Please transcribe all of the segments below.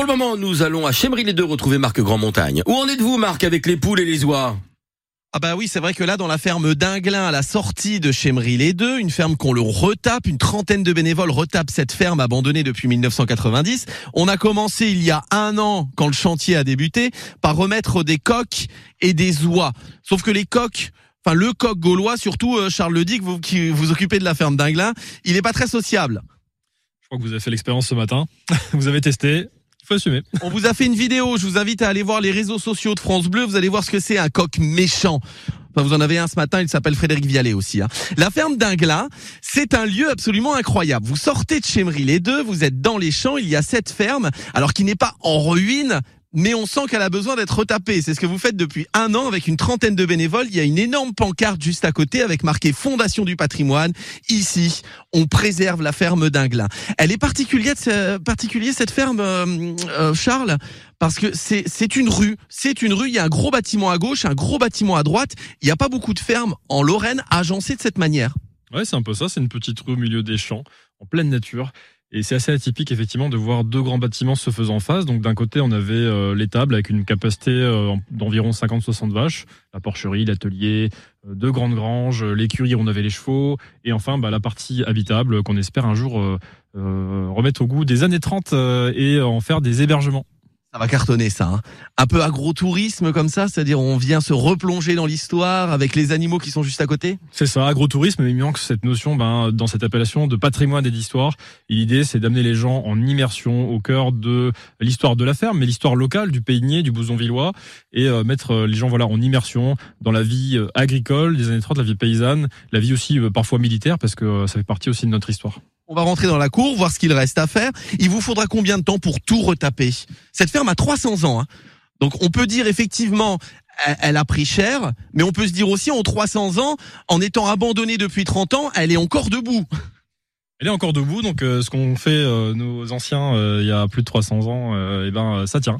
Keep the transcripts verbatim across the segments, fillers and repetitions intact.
le moment, nous allons à Chemry-les-Deux retrouver Marc Grandmontagne. Où en êtes-vous, Marc, avec les poules et les oies ? Ah bah oui, c'est vrai que là, dans la ferme d'Inglin, à la sortie de Chemry-les-Deux, une ferme qu'on le retape, une trentaine de bénévoles retapent cette ferme abandonnée depuis mille neuf cent quatre-vingt-dix. On a commencé il y a un an, quand le chantier a débuté, par remettre des coqs et des oies. Sauf que les coqs, enfin le coq gaulois, surtout Charles Ledic, vous qui vous occupez de la ferme d'Inglin, il est pas très sociable. Je crois que vous avez fait l'expérience ce matin. Vous avez testé. Faut assumer. On vous a fait une vidéo, je vous invite à aller voir les réseaux sociaux de France Bleu, vous allez voir ce que c'est un coq méchant. Enfin, vous en avez un ce matin, il s'appelle Frédéric Vialet aussi. Hein. La ferme d'Inglin, c'est un lieu absolument incroyable. Vous sortez de Chemry-les-Deux, vous êtes dans les champs, il y a cette ferme, alors qui n'est pas en ruine, mais on sent qu'elle a besoin d'être retapée. C'est ce que vous faites depuis un an avec une trentaine de bénévoles. Il y a une énorme pancarte juste à côté avec marqué Fondation du patrimoine. Ici, on préserve la ferme d'Inglin. Elle est particulière, particulier cette ferme, euh, euh, Charles, parce que c'est, c'est une rue. C'est une rue. Il y a un gros bâtiment à gauche, un gros bâtiment à droite. Il n'y a pas beaucoup de fermes en Lorraine agencées de cette manière. Ouais, c'est un peu ça. C'est une petite rue au milieu des champs, en pleine nature. Et c'est assez atypique effectivement de voir deux grands bâtiments se faisant face. Donc d'un côté on avait euh, l'étable avec une capacité euh, d'environ cinquante à soixante vaches, la porcherie, l'atelier, euh, deux grandes granges, l'écurie où on avait les chevaux, et enfin bah, la partie habitable qu'on espère un jour euh, euh, remettre au goût des années trente euh, et en faire des hébergements. Ça va cartonner ça, hein. Un peu agrotourisme comme ça, c'est-à-dire on vient se replonger dans l'histoire avec les animaux qui sont juste à côté. C'est ça, agrotourisme, mais il manque cette notion ben, dans cette appellation de patrimoine et d'histoire. Et l'idée, c'est d'amener les gens en immersion au cœur de l'histoire de la ferme, mais l'histoire locale du Pays-de-Nied, du Bouzonvillois, et euh, mettre les gens voilà en immersion dans la vie euh, agricole des années trente, la vie paysanne, la vie aussi euh, parfois militaire, parce que euh, ça fait partie aussi de notre histoire. On va rentrer dans la cour, voir ce qu'il reste à faire. Il vous faudra combien de temps pour tout retaper ? Cette ferme a trois cents ans. Hein. Donc on peut dire effectivement, elle a pris cher, mais on peut se dire aussi en trois cents ans, en étant abandonnée depuis trente ans, elle est encore debout. Elle est encore debout, donc euh, ce qu'ont fait euh, nos anciens euh, il y a plus de trois cents ans, euh, et ben ça tient.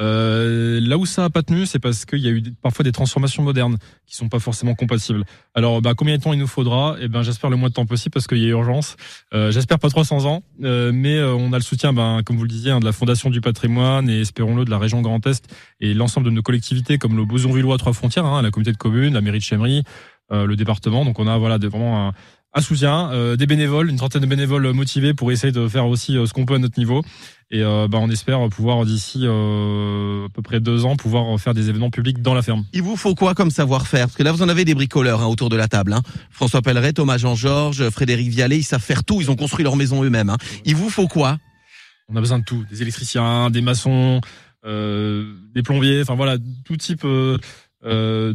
Euh, là où ça a pas tenu, c'est parce qu'il y a eu parfois des transformations modernes qui sont pas forcément compatibles. Alors, bah, combien de temps il nous faudra ? Eh ben, j'espère le moins de temps possible parce qu'il y a urgence. Euh, j'espère pas trois cents ans, euh, mais euh, on a le soutien, ben, comme vous le disiez, hein, de la Fondation du patrimoine et espérons-le de la région Grand Est et l'ensemble de nos collectivités comme le Bouzonvillois Trois Frontières, hein, la communauté de communes, la mairie de Chemry, euh, le département. Donc, on a voilà des, vraiment un Un soutien, euh, des bénévoles, une trentaine de bénévoles motivés pour essayer de faire aussi euh, ce qu'on peut à notre niveau. Et euh, bah, on espère pouvoir d'ici euh, à peu près deux ans pouvoir faire des événements publics dans la ferme. Il vous faut quoi comme savoir-faire ? Parce que là vous en avez des bricoleurs hein, autour de la table. Hein. François Pelleret, Thomas Jean-Georges, Frédéric Vialet, ils savent faire tout. Ils ont construit leur maison eux-mêmes. Hein. Il vous faut quoi ? On a besoin de tout, des électriciens, des maçons, euh, des plombiers. Enfin voilà, tout type. Euh, Euh,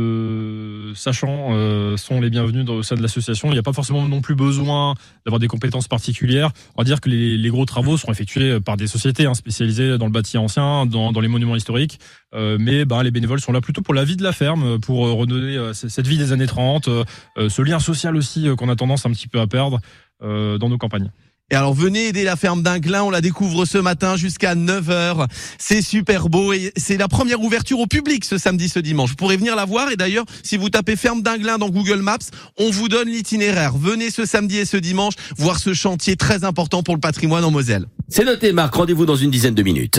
de sachants euh, sont les bienvenus au sein de l'association. Il n'y a pas forcément non plus besoin d'avoir des compétences particulières. On va dire que les, les gros travaux seront effectués par des sociétés hein, spécialisées dans le bâti ancien, dans, dans les monuments historiques. Euh, mais bah, les bénévoles sont là plutôt pour la vie de la ferme, pour euh, redonner euh, cette vie des années trente, euh, ce lien social aussi euh, qu'on a tendance un petit peu à perdre euh, dans nos campagnes. Et alors venez aider la ferme d'Inglin, on la découvre ce matin jusqu'à neuf heures. C'est super beau et c'est la première ouverture au public ce samedi, ce dimanche. Vous pourrez venir la voir et d'ailleurs, si vous tapez ferme d'Inglin dans Google Maps, on vous donne l'itinéraire. Venez ce samedi et ce dimanche voir ce chantier très important pour le patrimoine en Moselle. C'est noté, Marc, rendez-vous dans une dizaine de minutes.